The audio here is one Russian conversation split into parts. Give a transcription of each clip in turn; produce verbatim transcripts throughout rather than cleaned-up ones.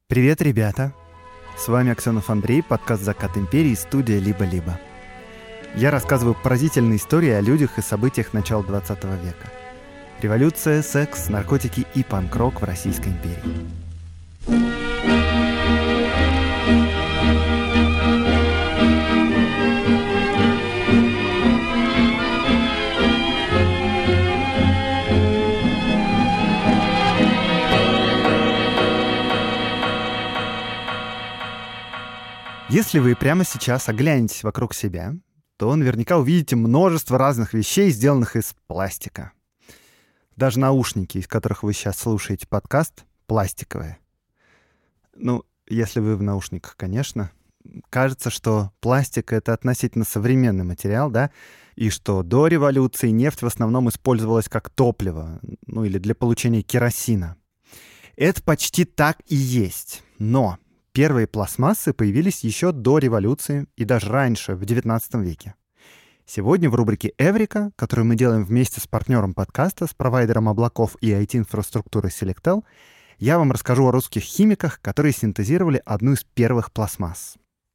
Привет, ребята! С вами Аксенов Андрей, подкаст «Закат империи», студия «Либо-либо». Я рассказываю поразительные истории о людях и событиях начала двадцатого века. Революция, секс, наркотики и панк-рок в Российской империи. Если вы прямо сейчас оглянетесь вокруг себя, то наверняка увидите множество разных вещей, сделанных из пластика. Даже наушники, из которых вы сейчас слушаете подкаст, пластиковые. Ну, если вы в наушниках, конечно. Кажется, что пластик — это относительно современный материал, да, и что до революции нефть в основном использовалась как топливо, ну или для получения керосина. Это почти так и есть, но первые пластмассы появились еще до революции и даже раньше, в девятнадцатом веке. Сегодня в рубрике «Эврика», которую мы делаем вместе с партнером подкаста, с провайдером облаков и ай ти-инфраструктуры Selectel, я вам расскажу о русских химиках, которые синтезировали одну из первых пластмасс.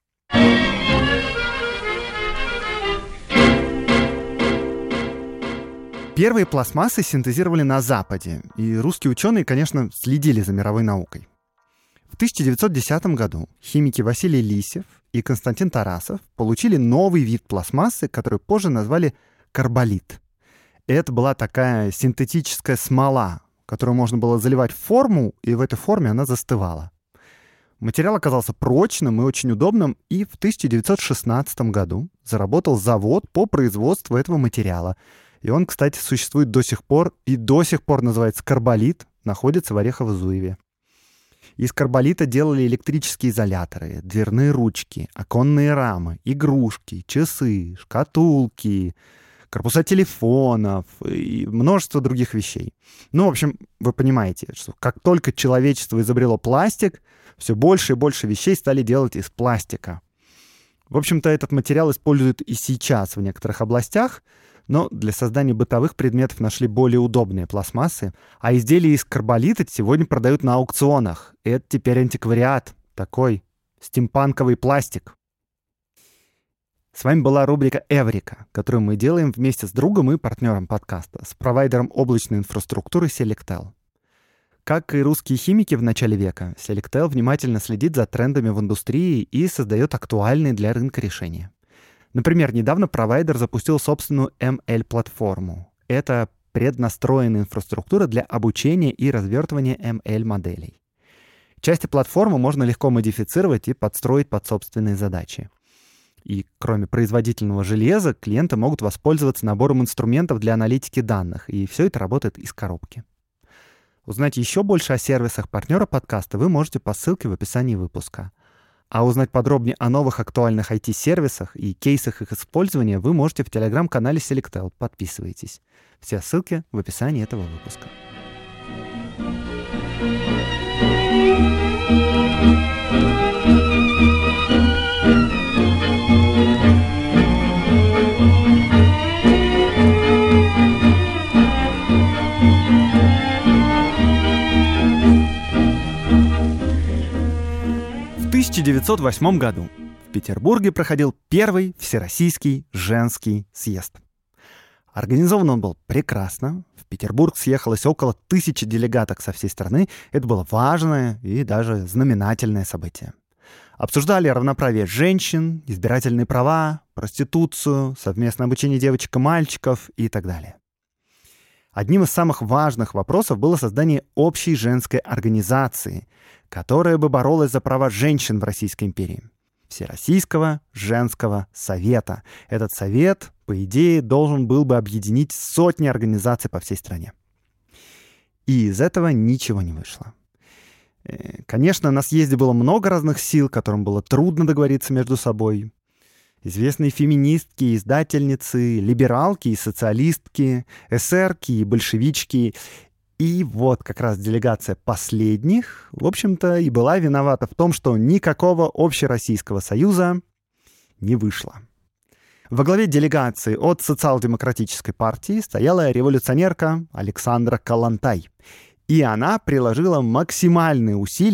Первые пластмассы синтезировали на Западе, и русские ученые, конечно, следили за мировой наукой. В тысяча девятьсот десятом году химики Василий Лисев и Константин Тарасов получили новый вид пластмассы, который позже назвали карболит. Это была такая синтетическая смола, которую можно было заливать в форму, и в этой форме она застывала. Материал оказался прочным и очень удобным, и в тысяча девятьсот шестнадцатом году заработал завод по производству этого материала. И он, кстати, существует до сих пор, и до сих пор называется карболит, находится в Орехово-Зуеве. Из карболита делали электрические изоляторы, дверные ручки, оконные рамы, игрушки, часы, шкатулки, корпуса телефонов и множество других вещей. Ну, в общем, вы понимаете, что как только человечество изобрело пластик, все больше и больше вещей стали делать из пластика. В общем-то, этот материал используют и сейчас в некоторых областях, но для создания бытовых предметов нашли более удобные пластмассы, а изделия из карболита сегодня продают на аукционах. Это теперь антиквариат, такой стимпанковый пластик. С вами была рубрика «Эврика», которую мы делаем вместе с другом и партнером подкаста, с провайдером облачной инфраструктуры Selectel. Как и русские химики в начале века, Selectel внимательно следит за трендами в индустрии и создает актуальные для рынка решения. Например, недавно провайдер запустил собственную эм эл-платформу. Это преднастроенная инфраструктура для обучения и развертывания эм эл-моделей. Части платформы можно легко модифицировать и подстроить под собственные задачи. И кроме производительного железа, клиенты могут воспользоваться набором инструментов для аналитики данных, и все это работает из коробки. Узнать еще больше о сервисах партнера подкаста вы можете по ссылке в описании выпуска. А узнать подробнее о новых актуальных ай ти-сервисах и кейсах их использования вы можете в телеграм-канале Selectel. Подписывайтесь. Все ссылки в описании этого выпуска. В тысяча девятьсот восьмом году в Петербурге проходил первый Всероссийский женский съезд. Организован он был прекрасно. В Петербург съехалось около тысячи делегаток со всей страны. Это было важное и даже знаменательное событие. Обсуждали равноправие женщин, избирательные права, проституцию, совместное обучение девочек и мальчиков и так далее. Одним из самых важных вопросов было создание общей женской организации, которая бы боролась за права женщин в Российской империи. Всероссийского женского совета. Этот совет, по идее, должен был бы объединить сотни организаций по всей стране. И из этого ничего не вышло. Конечно, на съезде было много разных сил, которым было трудно договориться между собой. Известные феминистки, издательницы, либералки и социалистки, эсерки и большевички. И вот как раз делегация последних, в общем-то, и была виновата в том, что никакого общероссийского союза не вышло. Во главе делегации от социал-демократической партии стояла революционерка Александра Калантай. И она приложила максимальные усилия,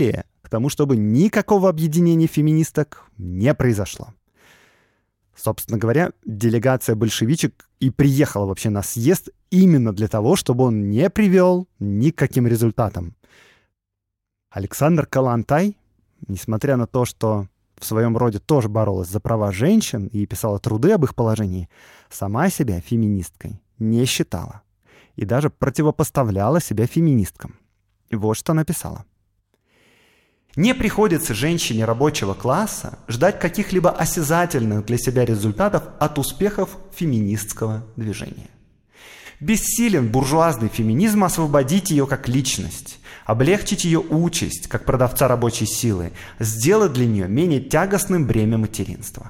к тому, чтобы никакого объединения феминисток не произошло. Собственно говоря, делегация большевичек и приехала вообще на съезд именно для того, чтобы он не привел ни к каким результатам. Александра Калантай, несмотря на то, что в своем роде тоже боролась за права женщин и писала труды об их положении, сама себя феминисткой не считала и даже противопоставляла себя феминисткам. И вот что она писала. «Не приходится женщине рабочего класса ждать каких-либо осязательных для себя результатов от успехов феминистского движения. Бессилен буржуазный феминизм освободить ее как личность, облегчить ее участь как продавца рабочей силы, сделать для нее менее тягостным бремя материнства».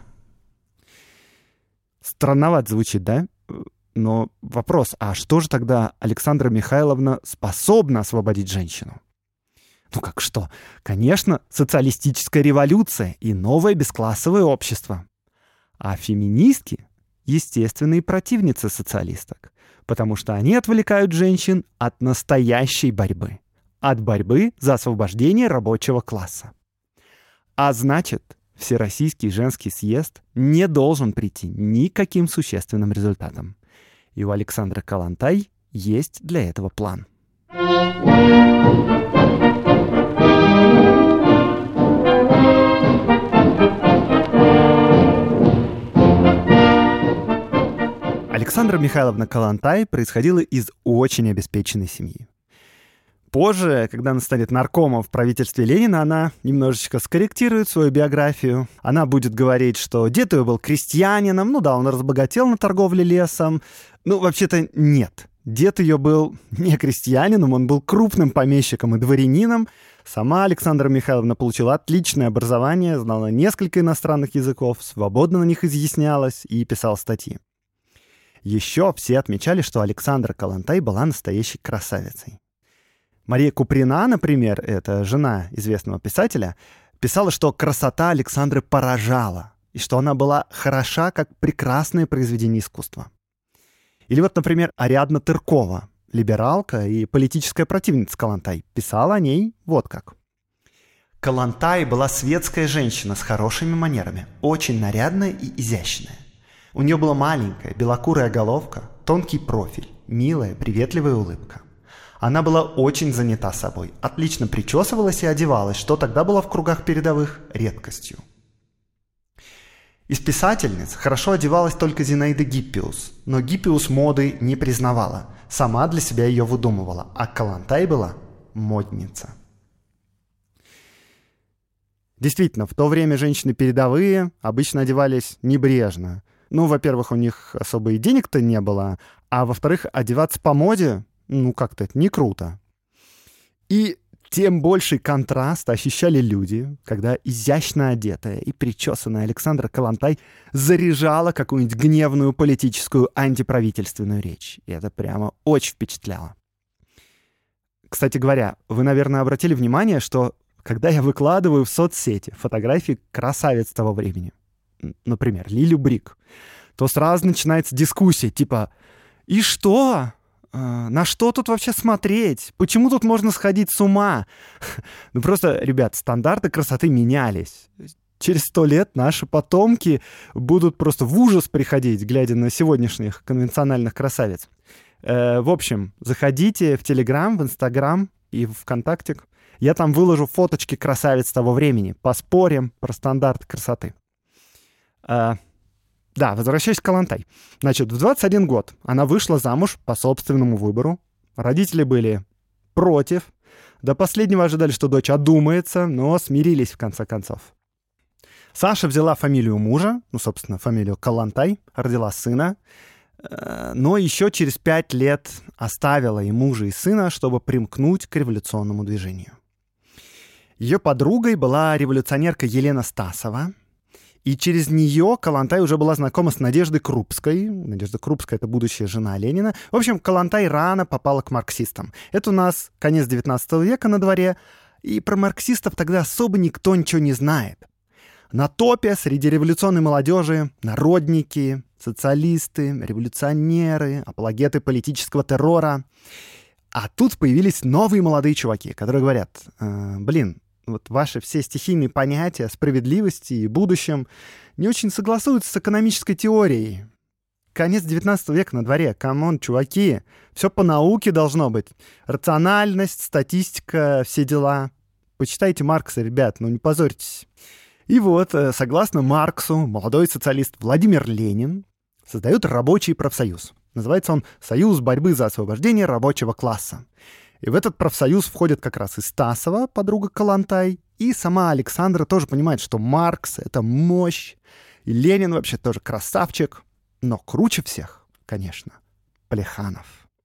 Странновато звучит, да? Но вопрос, а что же тогда Александра Михайловна способна освободить женщину? Ну как что? Конечно, социалистическая революция и новое бесклассовое общество. А феминистки — естественные противницы социалисток, потому что они отвлекают женщин от настоящей борьбы, от борьбы за освобождение рабочего класса. А значит, Всероссийский женский съезд не должен прийти ни к каким существенным результатам. И у Александры Калантай есть для этого план. Александра Михайловна Калантай происходила из очень обеспеченной семьи. Позже, когда она станет наркомом в правительстве Ленина, она немножечко скорректирует свою биографию. Она будет говорить, что дед ее был крестьянином, ну да, он разбогател на торговле лесом. Ну, вообще-то нет. Дед ее был не крестьянином, он был крупным помещиком и дворянином. Сама Александра Михайловна получила отличное образование, знала несколько иностранных языков, свободно на них изъяснялась и писала статьи. Еще все отмечали, что Александра Калантай была настоящей красавицей. Мария Куприна, например, это жена известного писателя, писала, что красота Александры поражала, и что она была хороша, как прекрасное произведение искусства. Или вот, например, Ариадна Тыркова, либералка и политическая противница Калантай, писала о ней вот как. «Калантай была светская женщина с хорошими манерами, очень нарядная и изящная. У нее была маленькая, белокурая головка, тонкий профиль, милая, приветливая улыбка. Она была очень занята собой, отлично причесывалась и одевалась, что тогда было в кругах передовых редкостью. Из писательниц хорошо одевалась только Зинаида Гиппиус, но Гиппиус моды не признавала, сама для себя ее выдумывала, а Калантай была модница». Действительно, в то время женщины передовые обычно одевались небрежно. Ну, во-первых, у них особо и денег-то не было, а во-вторых, одеваться по моде, ну, как-то это не круто. И тем больший контраст ощущали люди, когда изящно одетая и причесанная Александра Калантай заряжала какую-нибудь гневную политическую антиправительственную речь. И это прямо очень впечатляло. Кстати говоря, вы, наверное, обратили внимание, что когда я выкладываю в соцсети фотографии красавиц того времени, например, Лилю Брик, то сразу начинается дискуссия, типа «И что? На что тут вообще смотреть? Почему тут можно сходить с ума?» Ну просто, ребят, стандарты красоты менялись. Через сто лет наши потомки будут просто в ужас приходить, глядя на сегодняшних конвенциональных красавиц. Э, в общем, заходите в Телеграм, в Инстаграм и в ВКонтакте. Я там выложу фоточки красавиц того времени. Поспорим про стандарты красоты. А, да, возвращаясь к Калантай. Значит, в двадцать один год она вышла замуж по собственному выбору. Родители были против. До последнего ожидали, что дочь одумается, но смирились в конце концов. Саша взяла фамилию мужа, ну, собственно, фамилию Калантай, родила сына. Но еще через пять лет оставила и мужа, и сына, чтобы примкнуть к революционному движению. Ее подругой была революционерка Елена Стасова. И через нее Калантай уже была знакома с Надеждой Крупской. Надежда Крупская — это будущая жена Ленина. В общем, Калантай рано попала к марксистам. Это у нас конец девятнадцатого века на дворе, и про марксистов тогда особо никто ничего не знает. На топе среди революционной молодежи народники, социалисты, революционеры, апологеты политического террора. А тут появились новые молодые чуваки, которые говорят: э, блин, вот ваши все стихийные понятия о справедливости и будущем не очень согласуются с экономической теорией. Конец девятнадцатого века на дворе. Камон, чуваки, все по науке должно быть. Рациональность, статистика, все дела. Почитайте Маркса, ребят, ну не позорьтесь. И вот, согласно Марксу, молодой социалист Владимир Ленин создает рабочий профсоюз. Называется он «Союз борьбы за освобождение рабочего класса». И в этот профсоюз входят как раз и Стасова, подруга Калантай, и сама Александра тоже понимает, что Маркс — это мощь, и Ленин вообще тоже красавчик. Но круче всех, конечно, Плеханов.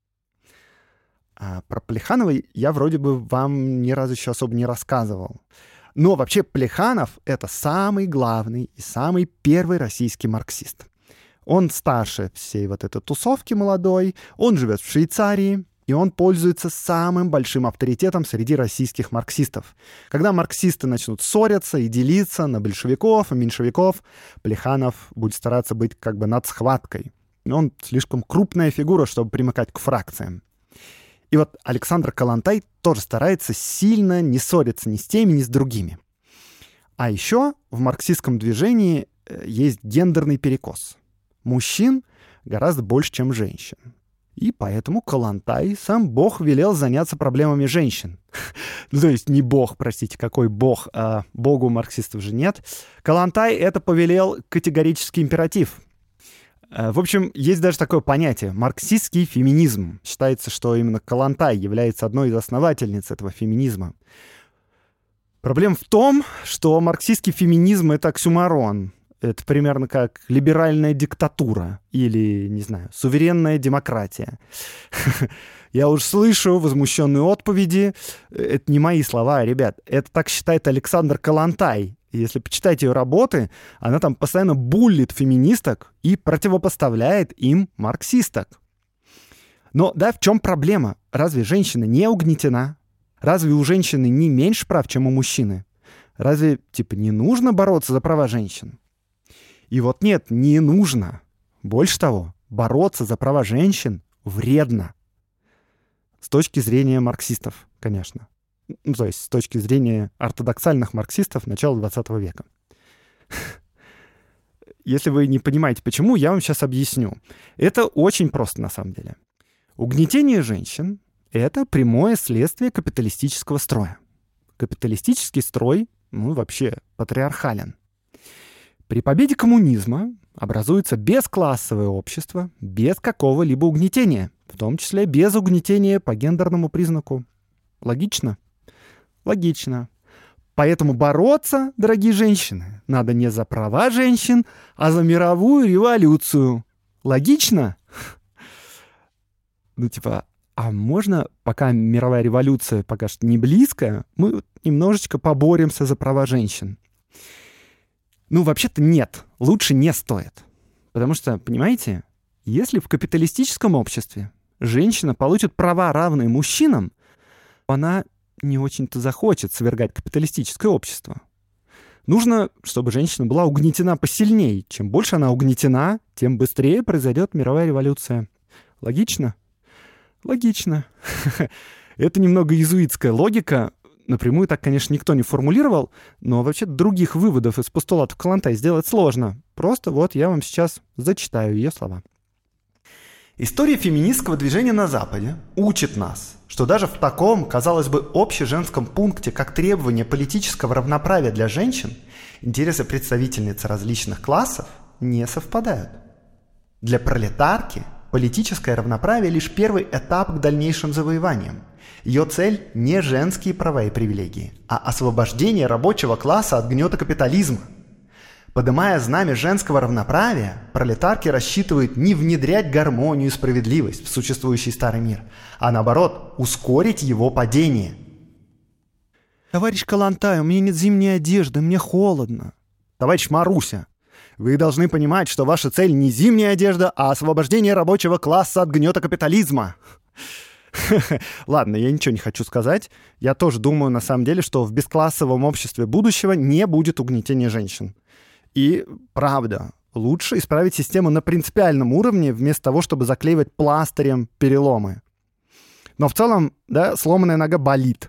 А про Плеханова я вроде бы вам ни разу еще особо не рассказывал. Но вообще Плеханов — это самый главный и самый первый российский марксист. Он старше всей вот этой тусовки молодой, он живет в Швейцарии, и он пользуется самым большим авторитетом среди российских марксистов. Когда марксисты начнут ссориться и делиться на большевиков и меньшевиков, Плеханов будет стараться быть как бы над схваткой. Он слишком крупная фигура, чтобы примыкать к фракциям. И вот Александр Калантай тоже старается сильно не ссориться ни с теми, ни с другими. А еще в марксистском движении есть гендерный перекос. Мужчин гораздо больше, чем женщин. И поэтому Калантай сам Бог велел заняться проблемами женщин. Ну, то есть не Бог, простите, какой Бог, а Богу марксистов же нет. Калантай это повелел категорический императив. В общем, есть даже такое понятие — марксистский феминизм. Считается, что именно Калантай является одной из основательниц этого феминизма. Проблема в том, что марксистский феминизм — это оксюморон. Это примерно как либеральная диктатура или, не знаю, суверенная демократия. Я уж слышу возмущенные отповеди. Это не мои слова, ребят. Это так считает Александр Калантай. Если почитать ее работы, она там постоянно буллит феминисток и противопоставляет им марксисток. Но да, в чем проблема? Разве женщина не угнетена? Разве у женщины не меньше прав, чем у мужчины? Разве, типа, не нужно бороться за права женщин? И вот нет, не нужно. Больше того, бороться за права женщин вредно. С точки зрения марксистов, конечно. Ну, то есть с точки зрения ортодоксальных марксистов начала двадцатого века. Если вы не понимаете, почему, я вам сейчас объясню. Это очень просто на самом деле. Угнетение женщин — это прямое следствие капиталистического строя. Капиталистический строй, ну, вообще патриархален. При победе коммунизма образуется бесклассовое общество без какого-либо угнетения, в том числе без угнетения по гендерному признаку. Логично? Логично. Поэтому бороться, дорогие женщины, надо не за права женщин, а за мировую революцию. Логично? Ну, типа, а можно, пока мировая революция пока что не близкая, мы немножечко поборемся за права женщин? Ну, вообще-то нет, лучше не стоит. Потому что, понимаете, если в капиталистическом обществе женщина получит права, равные мужчинам, она не очень-то захочет свергать капиталистическое общество. Нужно, чтобы женщина была угнетена посильнее. Чем больше она угнетена, тем быстрее произойдет мировая революция. Логично? Логично. Это немного иезуитская логика. Напрямую так, конечно, никто не формулировал, но вообще других выводов из постулатов Калантай сделать сложно. Просто вот я вам сейчас зачитаю ее слова. История феминистского движения на Западе учит нас, что даже в таком, казалось бы, общеженском пункте, как требование политического равноправия для женщин, интересы представительниц различных классов не совпадают. Для пролетарки политическое равноправие лишь первый этап к дальнейшим завоеваниям. Ее цель не женские права и привилегии, а освобождение рабочего класса от гнета капитализма. Подымая знамя женского равноправия, пролетарки рассчитывают не внедрять гармонию и справедливость в существующий старый мир, а наоборот, ускорить его падение. Товарищ Калантай, у меня нет зимней одежды, мне холодно. Товарищ Маруся, вы должны понимать, что ваша цель не зимняя одежда, а освобождение рабочего класса от гнета капитализма. Ладно, я ничего не хочу сказать. Я тоже думаю, на самом деле, что в бесклассовом обществе будущего не будет угнетения женщин. И правда, лучше исправить систему на принципиальном уровне, вместо того, чтобы заклеивать пластырем переломы. Но в целом, да, сломанная нога болит.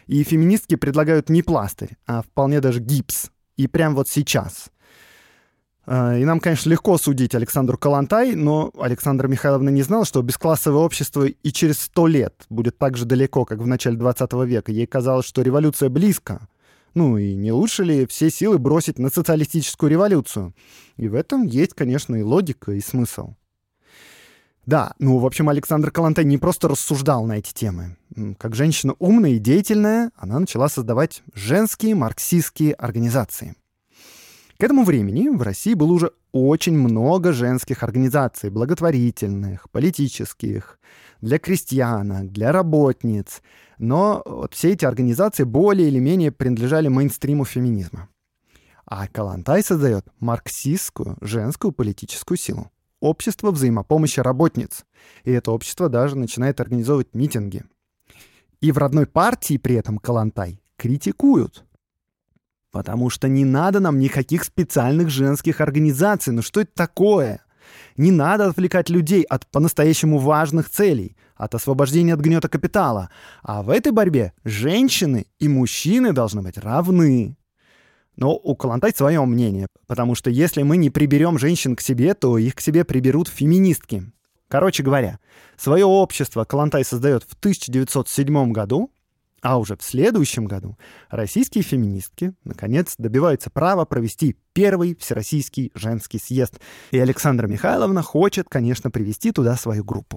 И феминистки предлагают не пластырь, а вполне даже гипс. И прям вот сейчас. И нам, конечно, легко судить Александру Калантай, но Александра Михайловна не знала, что бесклассовое общество и через сто лет будет так же далеко, как в начале двадцатого века. Ей казалось, что революция близко. Ну и не лучше ли все силы бросить на социалистическую революцию? И в этом есть, конечно, и логика, и смысл. Да, ну, в общем, Александр Калантай не просто рассуждал на эти темы. Как женщина умная и деятельная, она начала создавать женские марксистские организации. К этому времени в России было уже очень много женских организаций, благотворительных, политических, для крестьянок, для работниц. Но вот все эти организации более или менее принадлежали мейнстриму феминизма. А Калантай создает марксистскую женскую политическую силу. Общество взаимопомощи работниц. И это общество даже начинает организовывать митинги. И в родной партии при этом Калантай критикуют. Потому что не надо нам никаких специальных женских организаций. Ну что это такое? Не надо отвлекать людей от по-настоящему важных целей, от освобождения от гнета капитала. А в этой борьбе женщины и мужчины должны быть равны. Но у Калантай свое мнение, потому что если мы не приберем женщин к себе, то их к себе приберут феминистки. Короче говоря, свое общество Калантай создает в тысяча девятьсот седьмом году, а уже в следующем году российские феминистки, наконец, добиваются права провести первый Всероссийский женский съезд. И Александра Михайловна хочет, конечно, привести туда свою группу.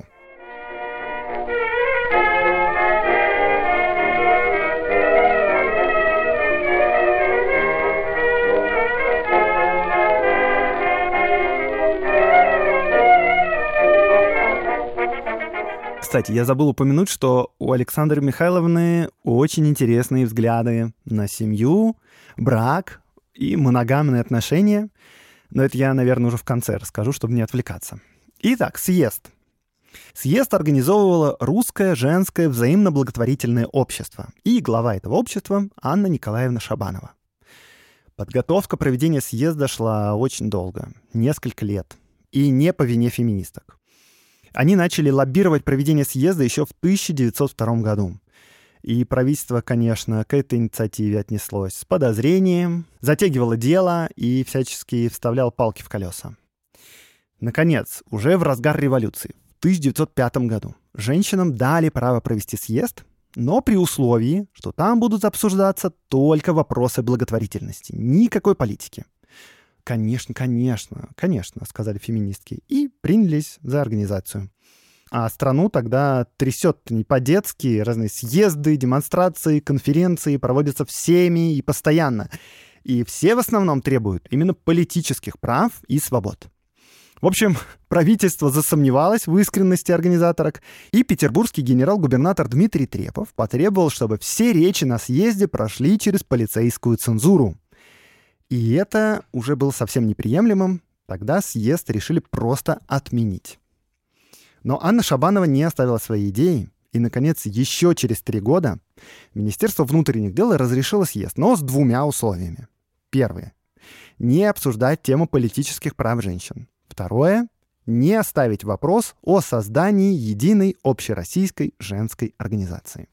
Кстати, я забыл упомянуть, что у Александры Михайловны очень интересные взгляды на семью, брак и моногамные отношения. Но это я, наверное, уже в конце расскажу, чтобы не отвлекаться. Итак, съезд. Съезд организовывало Русское женское взаимно-благотворительное общество. И глава этого общества Анна Николаевна Шабанова. Подготовка проведения съезда шла очень долго, несколько лет. И не по вине феминисток. Они начали лоббировать проведение съезда еще в тысяча девятьсот втором году. И правительство, конечно, к этой инициативе отнеслось с подозрением, затягивало дело и всячески вставляло палки в колеса. Наконец, уже в разгар революции, в тысяча девятьсот пятом году, женщинам дали право провести съезд, но при условии, что там будут обсуждаться только вопросы благотворительности, никакой политики. «Конечно, конечно, конечно», — сказали феминистки, и принялись за организацию. А страну тогда трясет не по-детски, разные съезды, демонстрации, конференции проводятся всеми и постоянно. И все в основном требуют именно политических прав и свобод. В общем, правительство засомневалось в искренности организаторок, и петербургский генерал-губернатор Дмитрий Трепов потребовал, чтобы все речи на съезде прошли через полицейскую цензуру. И это уже было совсем неприемлемым. Тогда съезд решили просто отменить. Но Анна Шабанова не оставила своей идеи. И, наконец, еще через три года Министерство внутренних дел разрешило съезд, но с двумя условиями. Первое. Не обсуждать тему политических прав женщин. Второе. Не оставить вопрос о создании единой общероссийской женской организации.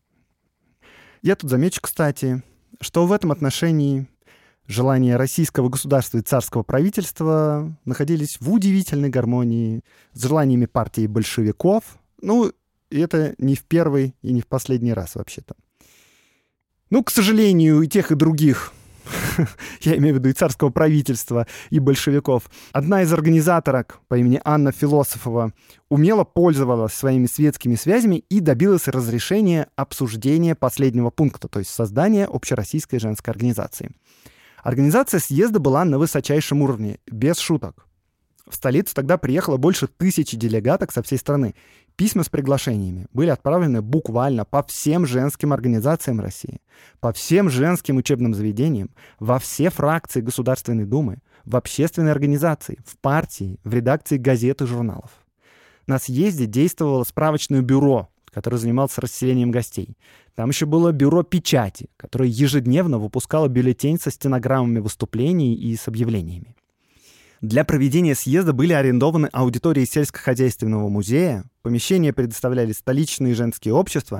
Я тут замечу, кстати, что в этом отношении желания российского государства и царского правительства находились в удивительной гармонии с желаниями партии большевиков. Ну, и это не в первый и не в последний раз вообще-то. Ну, к сожалению, и тех, и других, я имею в виду и царского правительства, и большевиков, одна из организаторок по имени Анна Философова умело пользовалась своими светскими связями и добилась разрешения обсуждения последнего пункта, то есть создания общероссийской женской организации. Организация съезда была на высочайшем уровне, без шуток. В столицу тогда приехало больше тысячи делегаток со всей страны. Письма с приглашениями были отправлены буквально по всем женским организациям России, по всем женским учебным заведениям, во все фракции Государственной Думы, в общественные организации, в партии, в редакции газет и журналов. На съезде действовало справочное бюро, которое занималось расселением гостей. Там еще было бюро печати, которое ежедневно выпускало бюллетень со стенограммами выступлений и с объявлениями. Для проведения съезда были арендованы аудитории сельскохозяйственного музея, помещения предоставляли столичные женские общества,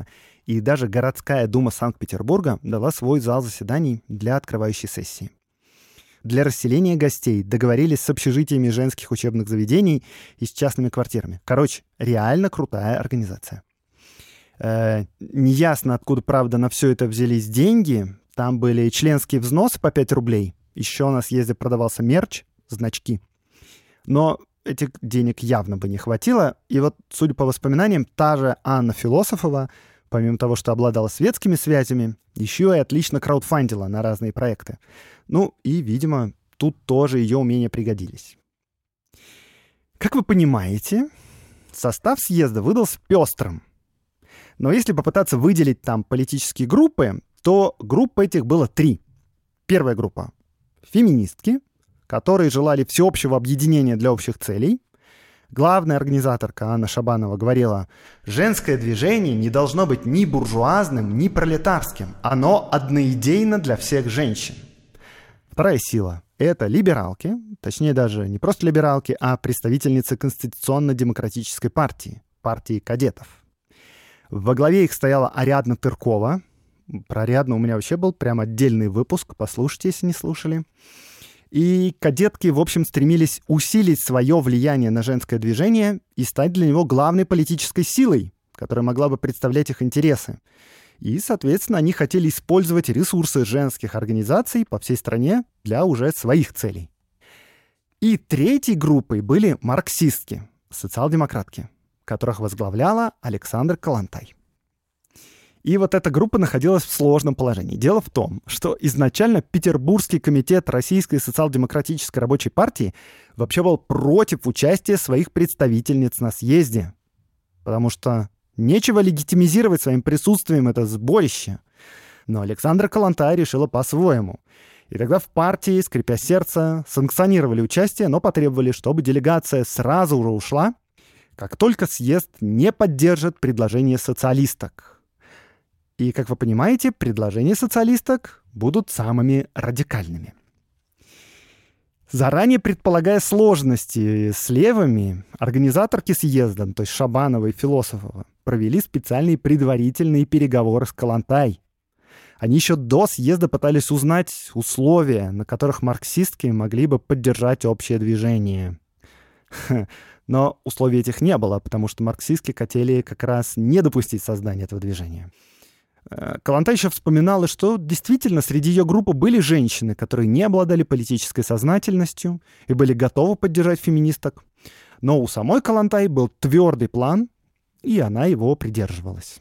И даже городская дума Санкт-Петербурга дала свой зал заседаний для открывающей сессии. Для расселения гостей договорились с общежитиями женских учебных заведений и с частными квартирами. Короче, реально крутая организация. Э, неясно, откуда, правда, на все это взялись деньги. Там были членские взносы по пять рублей. Еще на съезде продавался мерч, значки. Но этих денег явно бы не хватило. И вот, судя по воспоминаниям, та же Анна Философова, помимо того, что обладала светскими связями, еще и отлично краудфандила на разные проекты. Ну и, видимо, тут тоже ее умения пригодились. Как вы понимаете, состав съезда выдался пестрым. Но если попытаться выделить там политические группы, то групп этих было три. Первая группа — феминистки, которые желали всеобщего объединения для общих целей. Главная организаторка Анна Шабанова говорила: «Женское движение не должно быть ни буржуазным, ни пролетарским. Оно одноидейно для всех женщин». Вторая сила — это либералки, точнее даже не просто либералки, а представительницы Конституционно-демократической партии, партии кадетов. Во главе их стояла Ариадна Тыркова. Про Ариадну у меня вообще был прям отдельный выпуск, послушайте, если не слушали. И кадетки, в общем, стремились усилить свое влияние на женское движение и стать для него главной политической силой, которая могла бы представлять их интересы. И, соответственно, они хотели использовать ресурсы женских организаций по всей стране для уже своих целей. И третьей группой были марксистки, социал-демократки, которых возглавляла Александра Коллонтай. И вот эта группа находилась в сложном положении. Дело в том, что изначально Петербургский комитет Российской социал-демократической рабочей партии вообще был против участия своих представительниц на съезде, потому что нечего легитимизировать своим присутствием это сборище. Но Александра Коллонтай решила по-своему. И тогда в партии, скрипя сердце, санкционировали участие, но потребовали, чтобы делегация сразу же ушла, как только съезд не поддержит предложение социалисток. И, как вы понимаете, предложения социалисток будут самыми радикальными. Заранее предполагая сложности с левыми, организаторки съезда, то есть Шабанова и Философова, провели специальные предварительные переговоры с Коллонтай. Они еще до съезда пытались узнать условия, на которых марксистки могли бы поддержать общее движение. Но условий этих не было, потому что марксистки хотели как раз не допустить создания этого движения. Коллонтай еще вспоминала, что действительно среди ее группы были женщины, которые не обладали политической сознательностью и были готовы поддержать феминисток. Но у самой Коллонтай был твердый план, и она его придерживалась.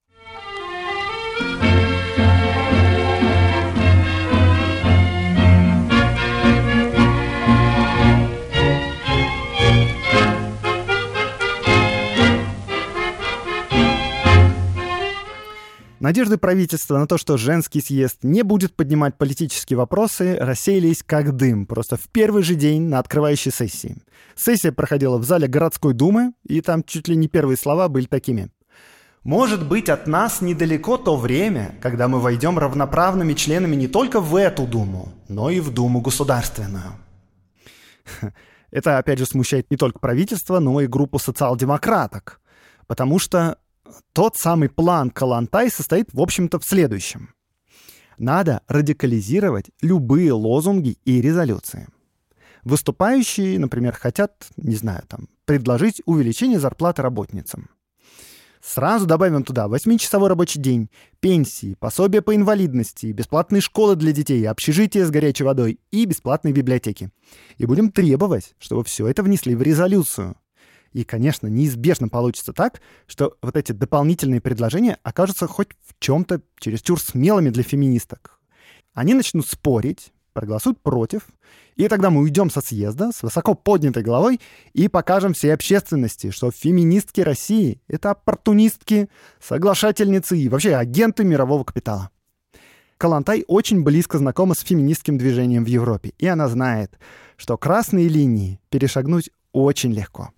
Надежды правительства на то, что женский съезд не будет поднимать политические вопросы, рассеялись как дым, просто в первый же день на открывающей сессии. Сессия проходила в зале городской думы, и там чуть ли не первые слова были такими: «Может быть, от нас недалеко то время, когда мы войдем равноправными членами не только в эту думу, но и в думу государственную». Это, опять же, смущает не только правительство, но и группу социал-демократок, потому что тот самый план Коллонтай состоит, в общем-то, в следующем. Надо радикализировать любые лозунги и резолюции. Выступающие, например, хотят, не знаю, там, предложить увеличение зарплаты работницам. Сразу добавим туда восьмичасовой рабочий день, пенсии, пособия по инвалидности, бесплатные школы для детей, общежития с горячей водой и бесплатные библиотеки. И будем требовать, чтобы все это внесли в резолюцию. И, конечно, неизбежно получится так, что вот эти дополнительные предложения окажутся хоть в чем-то чересчур смелыми для феминисток. Они начнут спорить, проголосуют против, и тогда мы уйдем со съезда с высоко поднятой головой и покажем всей общественности, что феминистки России — это оппортунистки, соглашательницы и вообще агенты мирового капитала. Коллонтай очень близко знакома с феминистским движением в Европе, и она знает, что красные линии перешагнуть очень легко.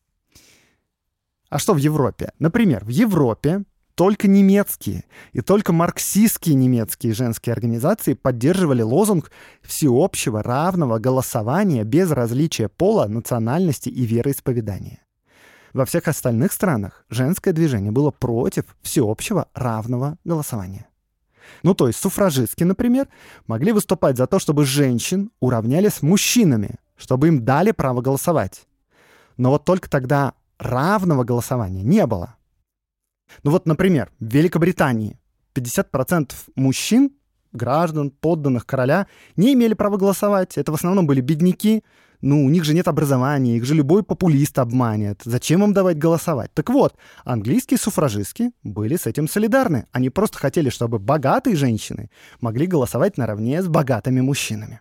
А что в Европе? Например, в Европе только немецкие и только марксистские немецкие женские организации поддерживали лозунг всеобщего равного голосования без различия пола, национальности и вероисповедания. Во всех остальных странах женское движение было против всеобщего равного голосования. Ну, то есть суфражистки, например, могли выступать за то, чтобы женщин уравняли с мужчинами, чтобы им дали право голосовать. Но вот только тогда равного голосования не было. Ну вот, например, в Великобритании пятьдесят процентов мужчин, граждан, подданных короля, не имели права голосовать. Это в основном были бедняки. Ну, у них же нет образования, их же любой популист обманет. Зачем им давать голосовать? Так вот, английские суфражистки были с этим солидарны. Они просто хотели, чтобы богатые женщины могли голосовать наравне с богатыми мужчинами.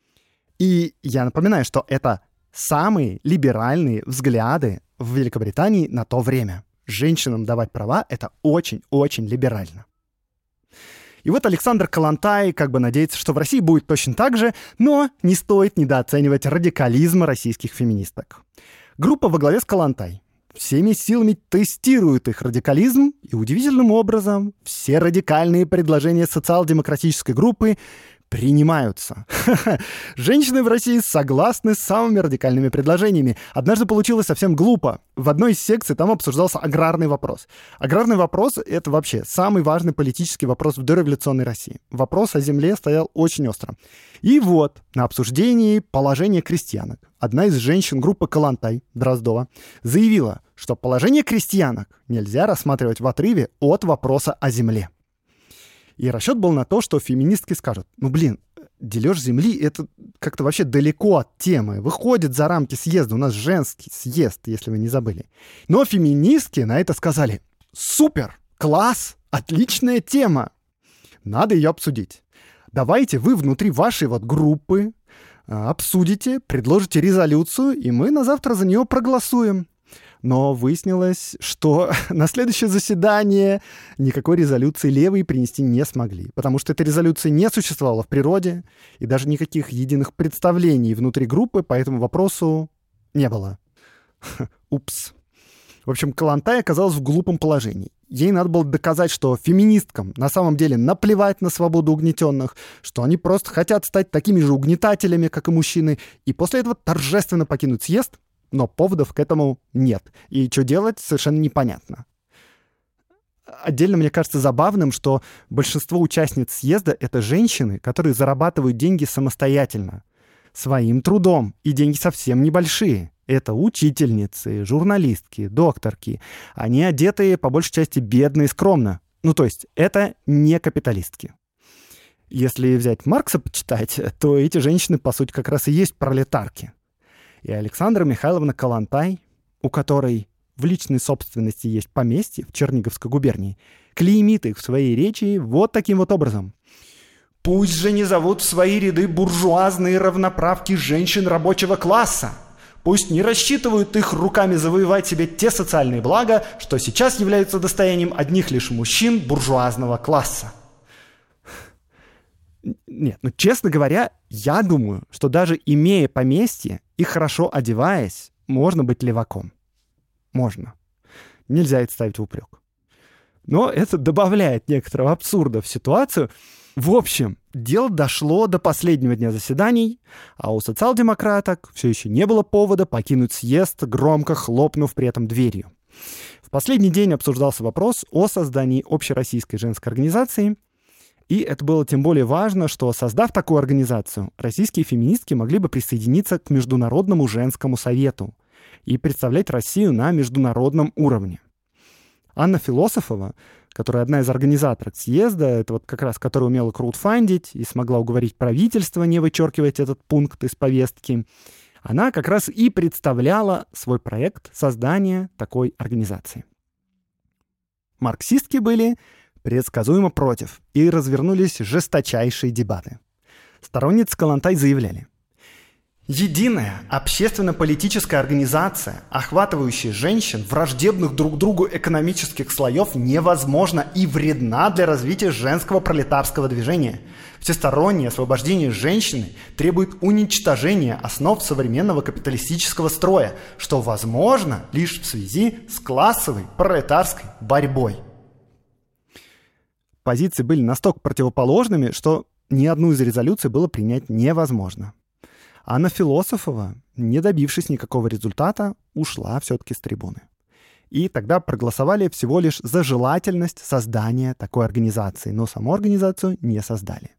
И я напоминаю, что это самые либеральные взгляды в Великобритании на то время. Женщинам давать права — это очень-очень либерально. И вот Александр Коллонтай как бы надеется, что в России будет точно так же, но не стоит недооценивать радикализм российских феминисток. Группа во главе с Коллонтай всеми силами тестирует их радикализм, и удивительным образом все радикальные предложения социал-демократической группы принимаются. Женщины в России согласны с самыми радикальными предложениями. Однажды получилось совсем глупо. В одной из секций там обсуждался аграрный вопрос. Аграрный вопрос — это вообще самый важный политический вопрос в дореволюционной России. Вопрос о земле стоял очень остро. И вот на обсуждении положения крестьянок одна из женщин группы Коллонтай, Дроздова, заявила, что положение крестьянок нельзя рассматривать в отрыве от вопроса о земле. И расчет был на то, что феминистки скажут: ну блин, дележ земли — это как-то вообще далеко от темы, выходит за рамки съезда, у нас женский съезд, если вы не забыли. Но феминистки на это сказали: супер, класс, отличная тема, надо ее обсудить. Давайте вы внутри вашей вот группы обсудите, предложите резолюцию, и мы на завтра за нее проголосуем. Но выяснилось, что на следующее заседание никакой резолюции левые принести не смогли, потому что этой резолюции не существовало в природе, и даже никаких единых представлений внутри группы по этому вопросу не было. Упс. В общем, Коллонтай оказалась в глупом положении. Ей надо было доказать, что феминисткам на самом деле наплевать на свободу угнетенных, что они просто хотят стать такими же угнетателями, как и мужчины, и после этого торжественно покинуть съезд. Но поводов к этому нет. И что делать, совершенно непонятно. Отдельно мне кажется забавным, что большинство участниц съезда — это женщины, которые зарабатывают деньги самостоятельно, своим трудом, и деньги совсем небольшие. Это учительницы, журналистки, докторки. Они одетые, по большей части, бедно и скромно. Ну, то есть, это не капиталистки. Если взять Маркса почитать, то эти женщины, по сути, как раз и есть пролетарки. И Александра Михайловна Коллонтай, у которой в личной собственности есть поместье в Черниговской губернии, клеймит их в своей речи вот таким вот образом. «Пусть же не зовут в свои ряды буржуазные равноправки женщин рабочего класса. Пусть не рассчитывают их руками завоевать себе те социальные блага, что сейчас являются достоянием одних лишь мужчин буржуазного класса». Нет, ну, честно говоря, я думаю, что даже имея поместье и хорошо одеваясь, можно быть леваком. Можно. Нельзя это ставить в упрек. Но это добавляет некоторого абсурда в ситуацию. В общем, дело дошло до последнего дня заседаний, а у социал-демократок все еще не было повода покинуть съезд, громко хлопнув при этом дверью. В последний день обсуждался вопрос о создании общероссийской женской организации. И это было тем более важно, что, создав такую организацию, российские феминистки могли бы присоединиться к Международному женскому совету и представлять Россию на международном уровне. Анна Философова, которая одна из организаторок съезда, это вот как раз которая умела краудфандить и смогла уговорить правительство не вычеркивать этот пункт из повестки, она как раз и представляла свой проект создания такой организации. Марксистки были предсказуемо против, и развернулись жесточайшие дебаты. Сторонницы Коллонтай заявляли: единая общественно-политическая организация, охватывающая женщин, враждебных друг другу экономических слоев, невозможна и вредна для развития женского пролетарского движения. Всестороннее освобождение женщины требует уничтожения основ современного капиталистического строя, что возможно лишь в связи с классовой пролетарской борьбой. Позиции были настолько противоположными, что ни одну из резолюций было принять невозможно. Анна Философова, не добившись никакого результата, ушла все-таки с трибуны. И тогда проголосовали всего лишь за желательность создания такой организации, но саму организацию не создали.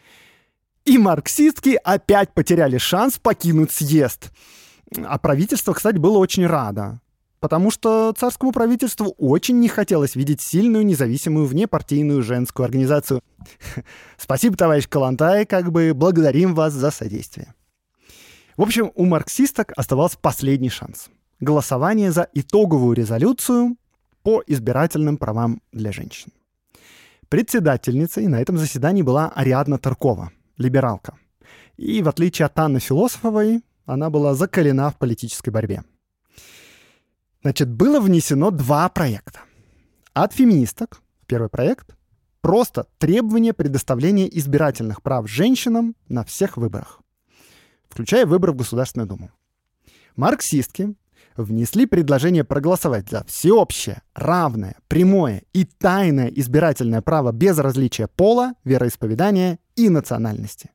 И марксистки опять потеряли шанс покинуть съезд. А правительство, кстати, было очень радо, потому что царскому правительству очень не хотелось видеть сильную, независимую, внепартийную женскую организацию. Спасибо, товарищ Калантай, как бы благодарим вас за содействие. В общем, у марксисток оставался последний шанс. Голосование за итоговую резолюцию по избирательным правам для женщин. Председательницей на этом заседании была Ариадна Таркова, либералка. И в отличие от Анны Философовой, она была закалена в политической борьбе. Значит, было внесено два проекта. От феминисток, первый проект, просто требование предоставления избирательных прав женщинам на всех выборах, включая выборы в Государственную Думу. Марксистки внесли предложение проголосовать за всеобщее, равное, прямое и тайное избирательное право без различия пола, вероисповедания и национальности.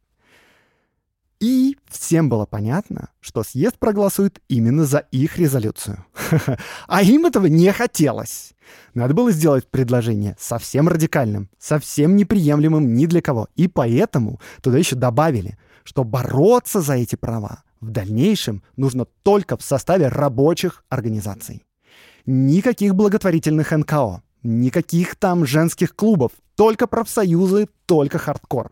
И всем было понятно, что съезд проголосует именно за их резолюцию. А им этого не хотелось. Надо было сделать предложение совсем радикальным, совсем неприемлемым ни для кого. И поэтому туда еще добавили, что бороться за эти права в дальнейшем нужно только в составе рабочих организаций. Никаких благотворительных эн ка о, никаких там женских клубов, только профсоюзы, только хардкор.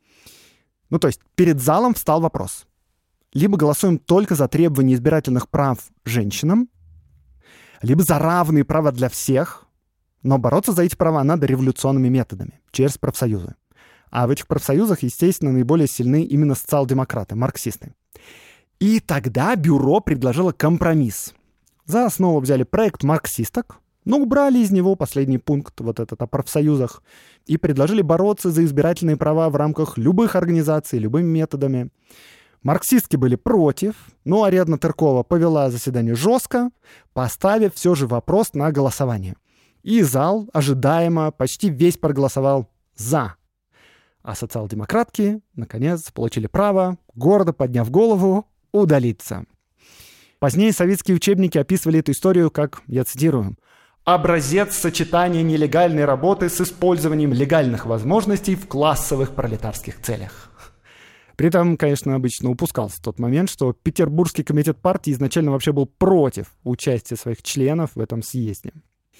Ну, то есть перед залом встал вопрос. Либо голосуем только за требования избирательных прав женщинам, либо за равные права для всех, но бороться за эти права надо революционными методами, через профсоюзы. А в этих профсоюзах, естественно, наиболее сильны именно социал-демократы, марксисты. И тогда бюро предложило компромисс. За основу взяли проект марксисток, но убрали из него последний пункт, вот этот о профсоюзах, и предложили бороться за избирательные права в рамках любых организаций, любыми методами. Марксистки были против, но Ариадна Таркова повела заседание жестко, поставив все же вопрос на голосование. И зал ожидаемо почти весь проголосовал «за». А социал-демократки, наконец, получили право, гордо подняв голову, удалиться. Позднее советские учебники описывали эту историю как, я цитирую, «образец сочетания нелегальной работы с использованием легальных возможностей в классовых пролетарских целях». При этом, конечно, обычно упускался тот момент, что Петербургский комитет партии изначально вообще был против участия своих членов в этом съезде.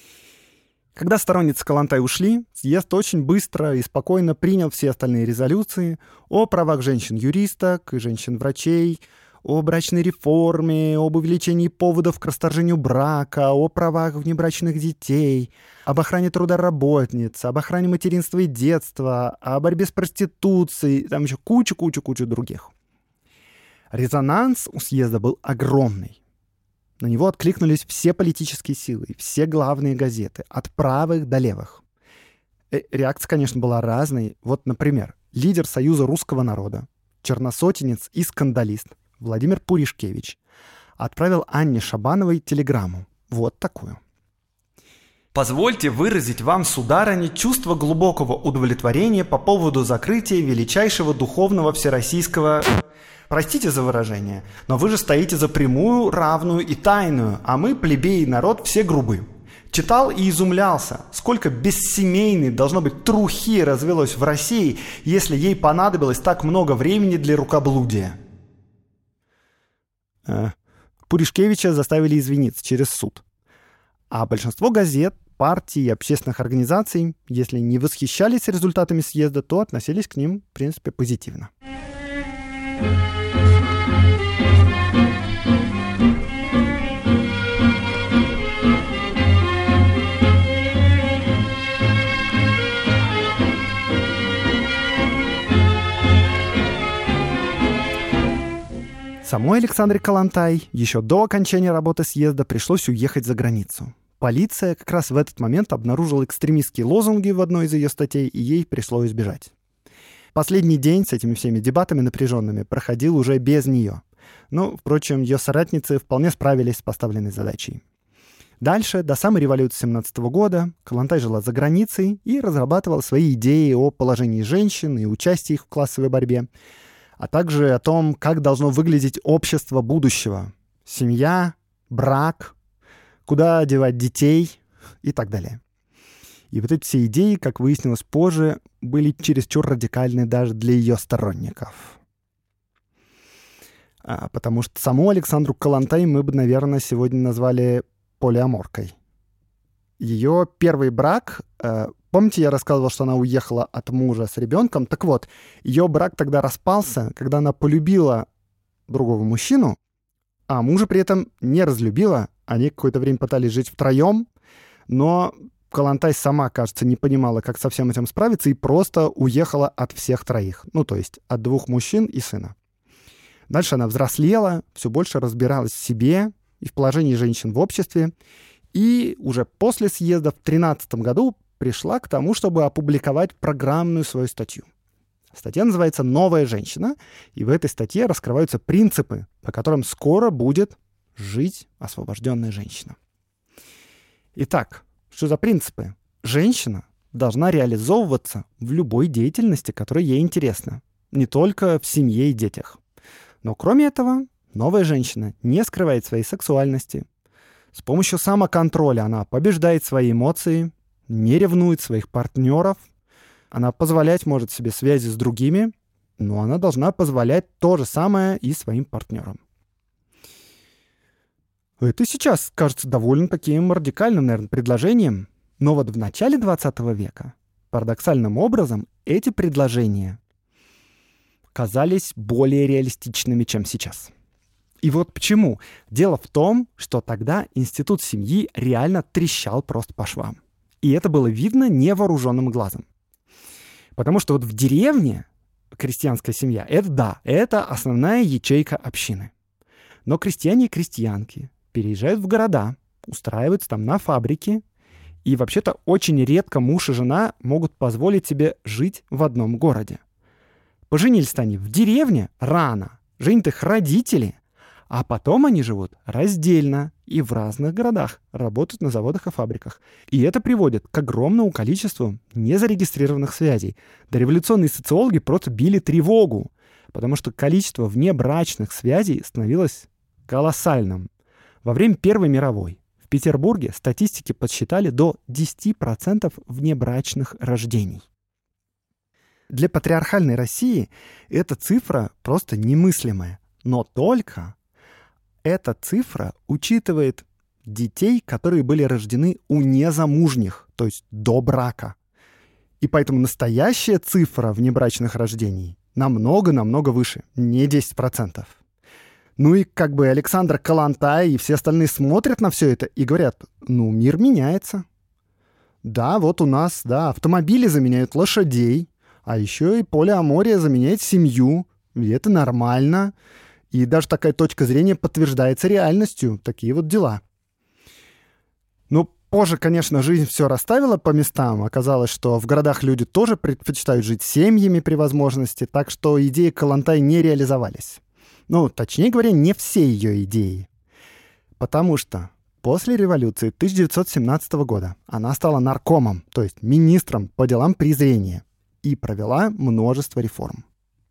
Когда сторонницы Калантай ушли, съезд очень быстро и спокойно принял все остальные резолюции о правах женщин-юристок и женщин-врачей, о брачной реформе, об увеличении поводов к расторжению брака, о правах внебрачных детей, об охране труда работниц, об охране материнства и детства, о борьбе с проституцией, там еще кучу-кучу-кучу других. Резонанс у съезда был огромный. На него откликнулись все политические силы, все главные газеты, от правых до левых. Э, реакция, конечно, была разной. Вот, например, лидер Союза русского народа, черносотенец и скандалист Владимир Пуришкевич отправил Анне Шабановой телеграмму. Вот такую. «Позвольте выразить вам, сударыня, чувство глубокого удовлетворения по поводу закрытия величайшего духовного всероссийского... Простите за выражение, но вы же стоите за прямую, равную и тайную, а мы, плебеи народ, все грубы. Читал и изумлялся, сколько бессемейной, должно быть, трухи развелось в России, если ей понадобилось так много времени для рукоблудия». Пуришкевича заставили извиниться через суд. А большинство газет, партий и общественных организаций, если не восхищались результатами съезда, то относились к ним, в принципе, позитивно. Самой Александре Калантай еще до окончания работы съезда пришлось уехать за границу. Полиция как раз в этот момент обнаружила экстремистские лозунги в одной из ее статей, и ей пришлось бежать. Последний день с этими всеми дебатами напряженными проходил уже без нее. Но, впрочем, ее соратницы вполне справились с поставленной задачей. Дальше, до самой революции семнадцатого года, Калантай жила за границей и разрабатывала свои идеи о положении женщин и участии их в классовой борьбе, а также о том, как должно выглядеть общество будущего. Семья, брак, куда девать детей и так далее. И вот эти все идеи, как выяснилось позже, были чересчур радикальны даже для ее сторонников. А, потому что саму Александру Калантай мы бы, наверное, сегодня назвали полиаморкой. Ее первый брак... Э, помните, я рассказывал, что она уехала от мужа с ребенком? Так вот, ее брак тогда распался, когда она полюбила другого мужчину, а мужа при этом не разлюбила. Они какое-то время пытались жить втроем, но Калантай сама, кажется, не понимала, как со всем этим справиться, и просто уехала от всех троих. Ну, то есть от двух мужчин и сына. Дальше она взрослела, все больше разбиралась в себе и в положении женщин в обществе. И уже после съезда в две тысячи тринадцатом году пришла к тому, чтобы опубликовать программную свою статью. Статья называется «Новая женщина», и в этой статье раскрываются принципы, по которым скоро будет жить освобожденная женщина. Итак, что за принципы? Женщина должна реализовываться в любой деятельности, которая ей интересна, не только в семье и детях. Но кроме этого, новая женщина не скрывает своей сексуальности. С помощью самоконтроля она побеждает свои эмоции, не ревнует своих партнеров. Она позволять может себе связи с другими, но она должна позволять то же самое и своим партнерам. Это сейчас кажется довольно таким радикальным, наверное, предложением. Но вот в начале двадцатого века парадоксальным образом эти предложения казались более реалистичными, чем сейчас. И вот почему. Дело в том, что тогда институт семьи реально трещал просто по швам. И это было видно невооруженным глазом. Потому что вот в деревне крестьянская семья, это да, это основная ячейка общины. Но крестьяне и крестьянки переезжают в города, устраиваются там на фабрики, и вообще-то очень редко муж и жена могут позволить себе жить в одном городе. Поженились-то они в деревне рано, женят их родители, а потом они живут раздельно и в разных городах, работают на заводах и фабриках. И это приводит к огромному количеству незарегистрированных связей. Дореволюционные социологи просто били тревогу, потому что количество внебрачных связей становилось колоссальным. Во время Первой мировой в Петербурге статистики подсчитали до десять процентов внебрачных рождений. Для патриархальной России эта цифра просто немыслимая. Но только эта цифра учитывает детей, которые были рождены у незамужних, то есть до брака. И поэтому настоящая цифра внебрачных рождений намного-намного выше, не десять процентов. Ну и как бы Александр Калантай и все остальные смотрят на все это и говорят, ну, мир меняется. Да, вот у нас, да, автомобили заменяют лошадей, а еще и полиамория заменяет семью, и это нормально. И даже такая точка зрения подтверждается реальностью. Такие вот дела. Ну, позже, конечно, жизнь все расставила по местам. Оказалось, что в городах люди тоже предпочитают жить семьями при возможности, так что идеи Калантай не реализовались. Ну, точнее говоря, не все ее идеи. Потому что после революции тысяча девятьсот семнадцатого года она стала наркомом, то есть министром по делам презрения, и провела множество реформ.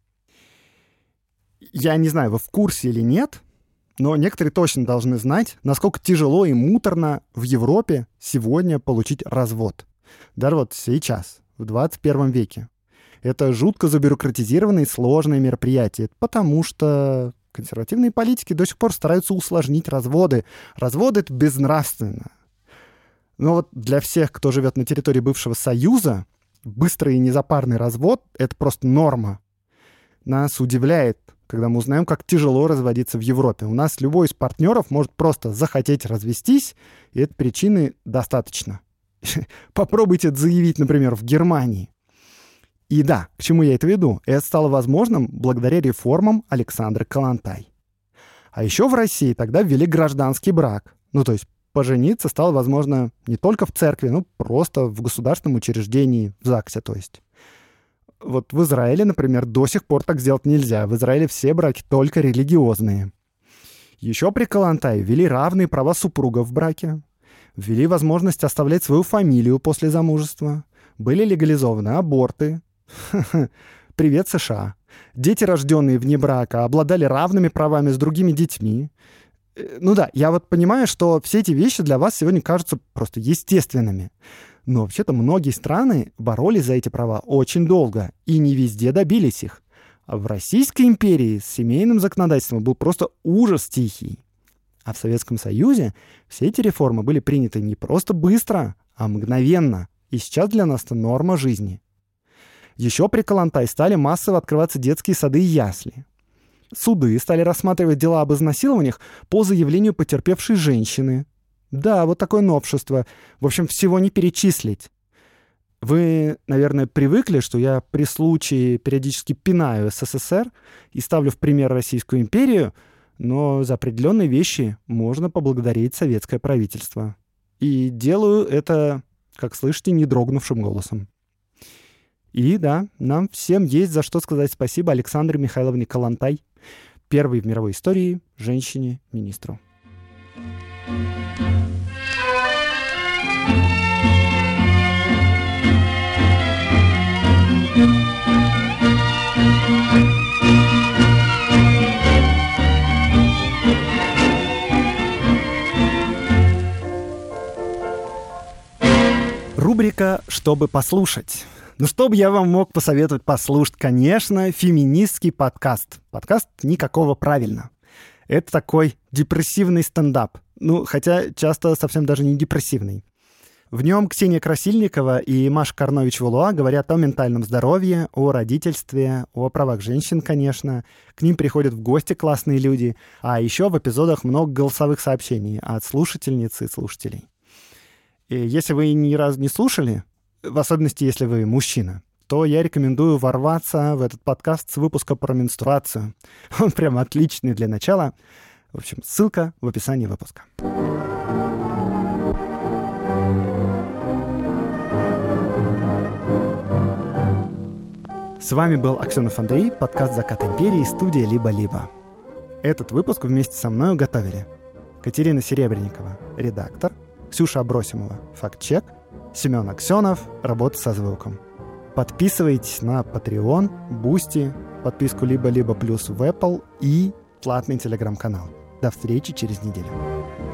Я не знаю, вы в курсе или нет, но некоторые точно должны знать, насколько тяжело и муторно в Европе сегодня получить развод. Даже вот сейчас, в двадцать первом веке. Это жутко забюрократизированное и сложное мероприятие, потому что консервативные политики до сих пор стараются усложнить разводы. Разводы — это безнравственно. Но вот для всех, кто живет на территории бывшего Союза, быстрый и незапарный развод — это просто норма. Нас удивляет, когда мы узнаем, как тяжело разводиться в Европе. У нас любой из партнеров может просто захотеть развестись, и этой причины достаточно. Попробуйте это заявить, например, в Германии. И да, к чему я это веду? Это стало возможным благодаря реформам Александры Калантай. А еще в России тогда ввели гражданский брак. Ну, то есть пожениться стало возможно не только в церкви, но просто в государственном учреждении, в ЗАГСе, то есть. Вот в Израиле, например, до сих пор так сделать нельзя. В Израиле все браки только религиозные. Еще при Калантай ввели равные права супругов в браке. Ввели возможность оставлять свою фамилию после замужества. Были легализованы аборты. Привет, США. Дети, рожденные вне брака, обладали равными правами с другими детьми. Ну да, я вот понимаю, что все эти вещи для вас сегодня кажутся просто естественными. Но вообще-то многие страны боролись за эти права очень долго и не везде добились их. А в Российской империи с семейным законодательством был просто ужас тихий. А в Советском Союзе все эти реформы были приняты не просто быстро, а мгновенно. И сейчас для нас это норма жизни. Еще при Калантай стали массово открываться детские сады и ясли. Суды стали рассматривать дела об изнасилованиях по заявлению потерпевшей женщины. Да, вот такое новшество. В общем, всего не перечислить. Вы, наверное, привыкли, что я при случае периодически пинаю СССР и ставлю в пример Российскую империю, но за определенные вещи можно поблагодарить советское правительство. И делаю это, как слышите, не дрогнувшим голосом. И да, нам всем есть за что сказать спасибо Александре Михайловне Калантай, первой в мировой истории женщине-министру. Рубрика «Чтобы послушать». Ну, что бы я вам мог посоветовать послушать? Конечно, феминистский подкаст. Подкаст «Никакого правильно». Это такой депрессивный стендап. Ну, хотя часто совсем даже не депрессивный. В нем Ксения Красильникова и Маша Карнович-Валуа говорят о ментальном здоровье, о родительстве, о правах женщин, конечно. К ним приходят в гости классные люди. А еще в эпизодах много голосовых сообщений от слушательниц и слушателей. И если вы ни разу не слушали, в особенности, если вы мужчина, то я рекомендую ворваться в этот подкаст с выпуска про менструацию. Он прям отличный для начала. В общем, ссылка в описании выпуска. С вами был Аксенов Андрей, подкаст «Закат империи», студия «Либо-либо». Этот выпуск вместе со мной готовили Катерина Серебренникова, редактор, Ксюша Абросимова, фактчек, Семен Аксенов, работа со звуком. Подписывайтесь на Patreon, Boosty, подписку «Либо-либо плюс» в Apple и платный телеграм-канал. До встречи через неделю.